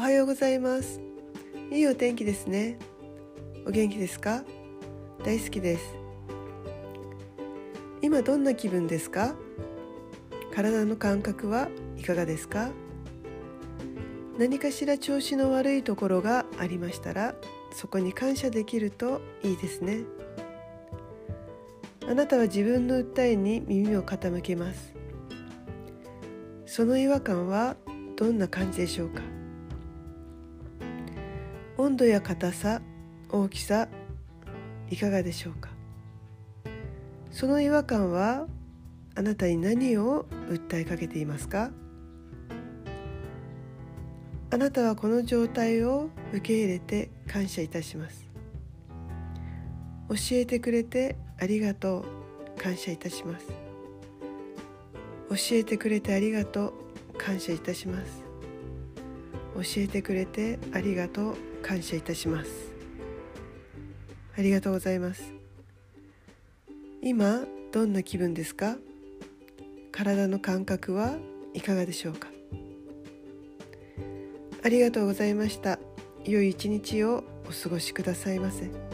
はようございます。いいお天気ですね。お元気ですか？大好きです。今どんな気分ですか？体の感覚はいかがですか？何かしら調子の悪いところがありましたら、そこに感謝できるといいですね。あなたは自分の訴えに耳を傾けます。その違和感はどんな感じでしょうか？温度や硬さ、大きさ、いかがでしょうか？その違和感はあなたに何を訴えかけていますか？あなたはこの状態を受け入れて感謝いたします。教えてくれてありがとう、感謝いたします。教えてくれてありがとう、感謝いたします。教えてくれてありがとう、感謝いたします。ありがとうございます。今どんな気分ですか？体の感覚はいかがでしょうか？ありがとうございました。良い一日をお過ごしくださいませ。